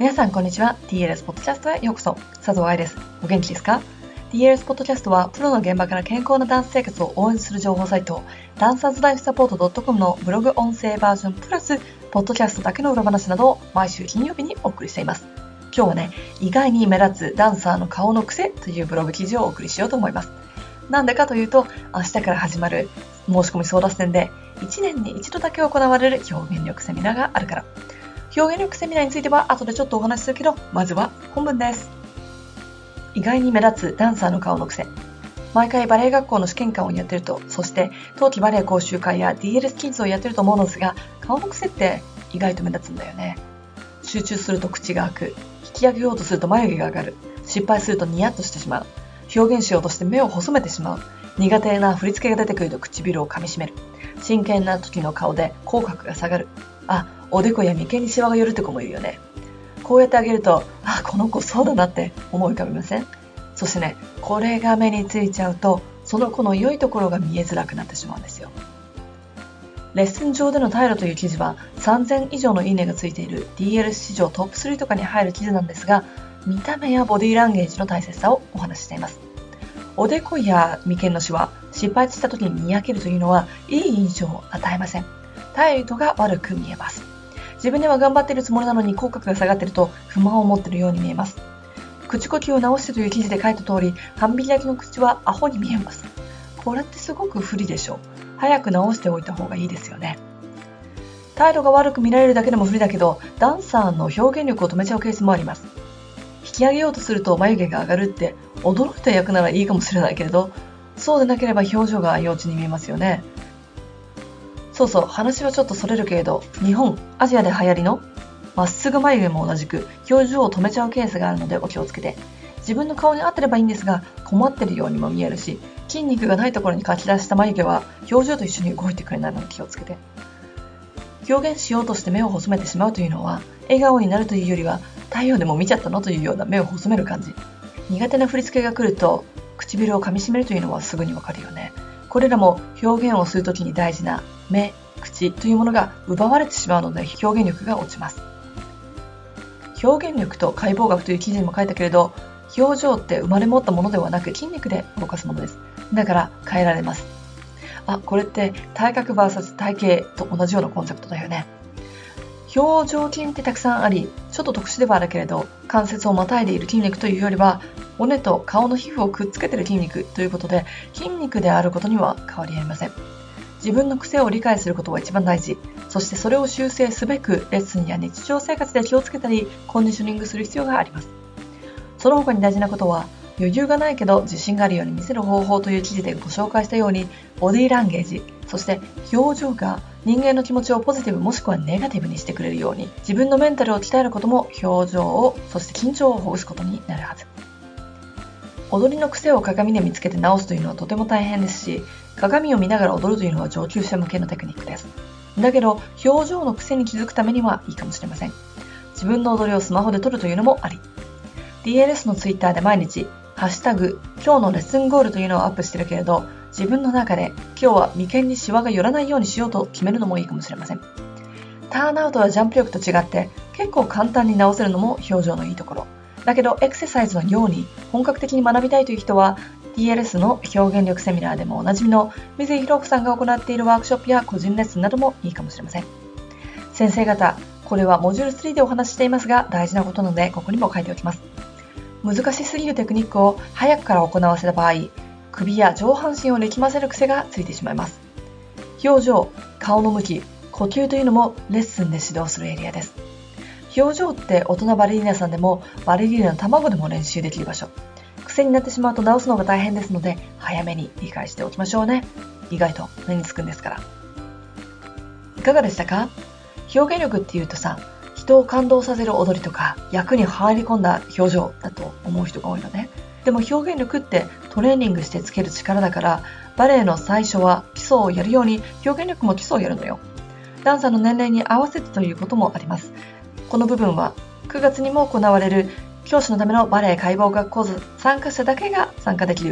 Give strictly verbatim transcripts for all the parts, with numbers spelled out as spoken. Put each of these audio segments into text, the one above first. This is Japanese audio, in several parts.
皆さんこんにちは。 ティーエルエス ポッドキャストへようこそ。佐藤愛です。お元気ですか？ ティーエルエス ポッドキャストはプロの現場から健康なダンス生活を応援する情報サイト、ダンサーズライフサポート .com のブログ音声バージョンプラスポッドキャストだけの裏話などを毎週金曜日にお送りしています。今日はね、意外に目立つダンサーの顔の癖というブログ記事をお送りしようと思います。なんでかというと、明日から始まる申し込み争奪戦でいちねんに一度だけ行われる表現力セミナーがあるから。表現力セミナーについては後でちょっとお話しするけど、まずは本文です。意外に目立つダンサーの顔の癖。毎回バレエ学校の試験官をやってると、そして冬季バレエ講習会や ディーエルエス キッズをやってると思うのですが、顔の癖って意外と目立つんだよね。集中すると口が開く、引き上げようとすると眉毛が上がる、失敗するとニヤッとしてしまう、表現しようとして目を細めてしまう、苦手な振り付けが出てくると唇を噛みしめる、真剣な時の顔で口角が下がる、あ、おでこや眉間にシワが寄るって子もいるよね。こうやってあげると、あ、この子そうだなって思い浮かびません？そしてね、これが目についちゃうと、その子の良いところが見えづらくなってしまうんですよ。レッスン上での態度という記事はさんぜん以上のいいねがついている ディーエルエス 史上トップスリーとかに入る記事なんですが、見た目やボディーランゲージの大切さをお話ししています。おでこや眉間のシワ、失敗した時ににやけるというのはいい印象を与えません。態度が悪く見えます。自分では頑張っているつもりなのに口角が下がっていると不満を持っているように見えます。口呼吸を直してという記事で書いた通り、半開きの口はアホに見えます。これってすごく不利でしょう。早く直しておいた方がいいですよね。態度が悪く見られるだけでも不利だけど、ダンサーの表現力を止めちゃうケースもあります。引き上げようとすると眉毛が上がるって驚いた役ならいいかもしれないけれど、そうでなければ表情が幼稚に見えますよね。そうそう、話はちょっとそれるけれど、日本、アジアで流行りのまっすぐ眉毛も同じく表情を止めちゃうケースがあるのでお気をつけて。自分の顔に合ってればいいんですが、困ってるようにも見えるし、筋肉がないところに描き出した眉毛は表情と一緒に動いてくれないので気をつけて。表現しようとして目を細めてしまうというのは、笑顔になるというよりは太陽でも見ちゃったのというような目を細める感じ。苦手な振り付けが来ると唇を噛みしめるというのはすぐにわかるよね。これらも表現をするときに大事な目、口というものが奪われてしまうので表現力が落ちます。表現力と解剖学という記事にも書いたけれど、表情って生まれ持ったものではなく筋肉で動かすものです。だから変えられます。あ、これって体格 ブイエス 体型と同じようなコンセプトだよね。表情筋ってたくさんあり、ちょっと特殊ではあるけれど、関節をまたいでいる筋肉というよりは、骨と顔の皮膚をくっつけている筋肉ということで、筋肉であることには変わりありません。自分の癖を理解することは一番大事。そしてそれを修正すべく、レッスンや日常生活で気をつけたり、コンディショニングする必要があります。その他に大事なことは、余裕がないけど自信があるように見せる方法という記事でご紹介したように、ボディーランゲージ、そして表情が人間の気持ちをポジティブもしくはネガティブにしてくれるように、自分のメンタルを鍛えることも表情を、そして緊張をほぐすことになるはず。踊りの癖を鏡で見つけて直すというのはとても大変ですし、鏡を見ながら踊るというのは上級者向けのテクニックです。だけど、表情の癖に気づくためにはいいかもしれません。自分の踊りをスマホで撮るというのもあり。ディーエルエス のツイッターで毎日、ハッシュタグ、今日のレッスンゴールというのをアップしてるけれど、自分の中で今日は眉間にシワが寄らないようにしようと決めるのもいいかもしれません。ターンアウトやジャンプ力と違って結構簡単に直せるのも表情のいいところ。だけどエクササイズのように本格的に学びたいという人は ディーエルエス の表現力セミナーでもおなじみの水井弘子さんが行っているワークショップや個人レッスンなどもいいかもしれません。先生方、これはモジュールスリーでお話ししていますが大事なことなのでここにも書いておきます。難しすぎるテクニックを早くから行わせた場合、首や上半身を力ませる癖がついてしまいます。表情、顔の向き、呼吸というのもレッスンで指導するエリアです。表情って大人バレリーナさんでもバレリーナの卵でも練習できる場所。癖になってしまうと直すのが大変ですので早めに理解しておきましょうね。意外と目につくんですから。いかがでしたか？表現力っていうとさ、人を感動させる踊りとか役に入り込んだ表情だと思う人が多いのね。でも表現力ってトレーニングしてつける力だから、バレエの最初は基礎をやるように表現力も基礎をやるのよ。ダンサーの年齢に合わせてということもあります。この部分はくがつにも行われる教師のためのバレエ解剖学講座参加者だけが参加できる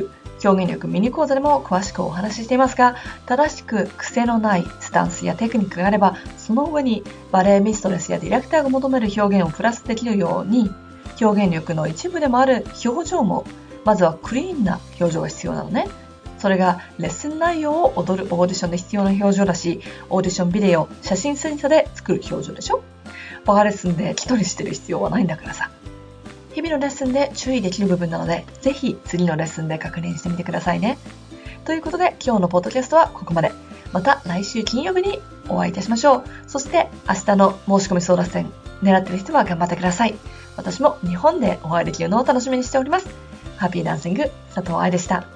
表現力ミニ講座でも詳しくお話ししていますが、正しく癖のないスタンスやテクニックがあれば、その上にバレエミストレスやディレクターが求める表現をプラスできるように、表現力の一部でもある表情も、まずはクリーンな表情が必要なのね。それがレッスン内容を踊るオーディションで必要な表情だし、オーディションビデオ、写真審査で作る表情でしょ。バーレッスンで一人してる必要はないんだからさ。日々のレッスンで注意できる部分なので、ぜひ次のレッスンで確認してみてくださいね。ということで今日のポッドキャストはここまで。また来週金曜日にお会いいたしましょう。そして明日の申し込み争奪戦狙ってる人は頑張ってください。私も日本でお会いできるのを楽しみにしております。ハッピーダンシング佐藤愛でした。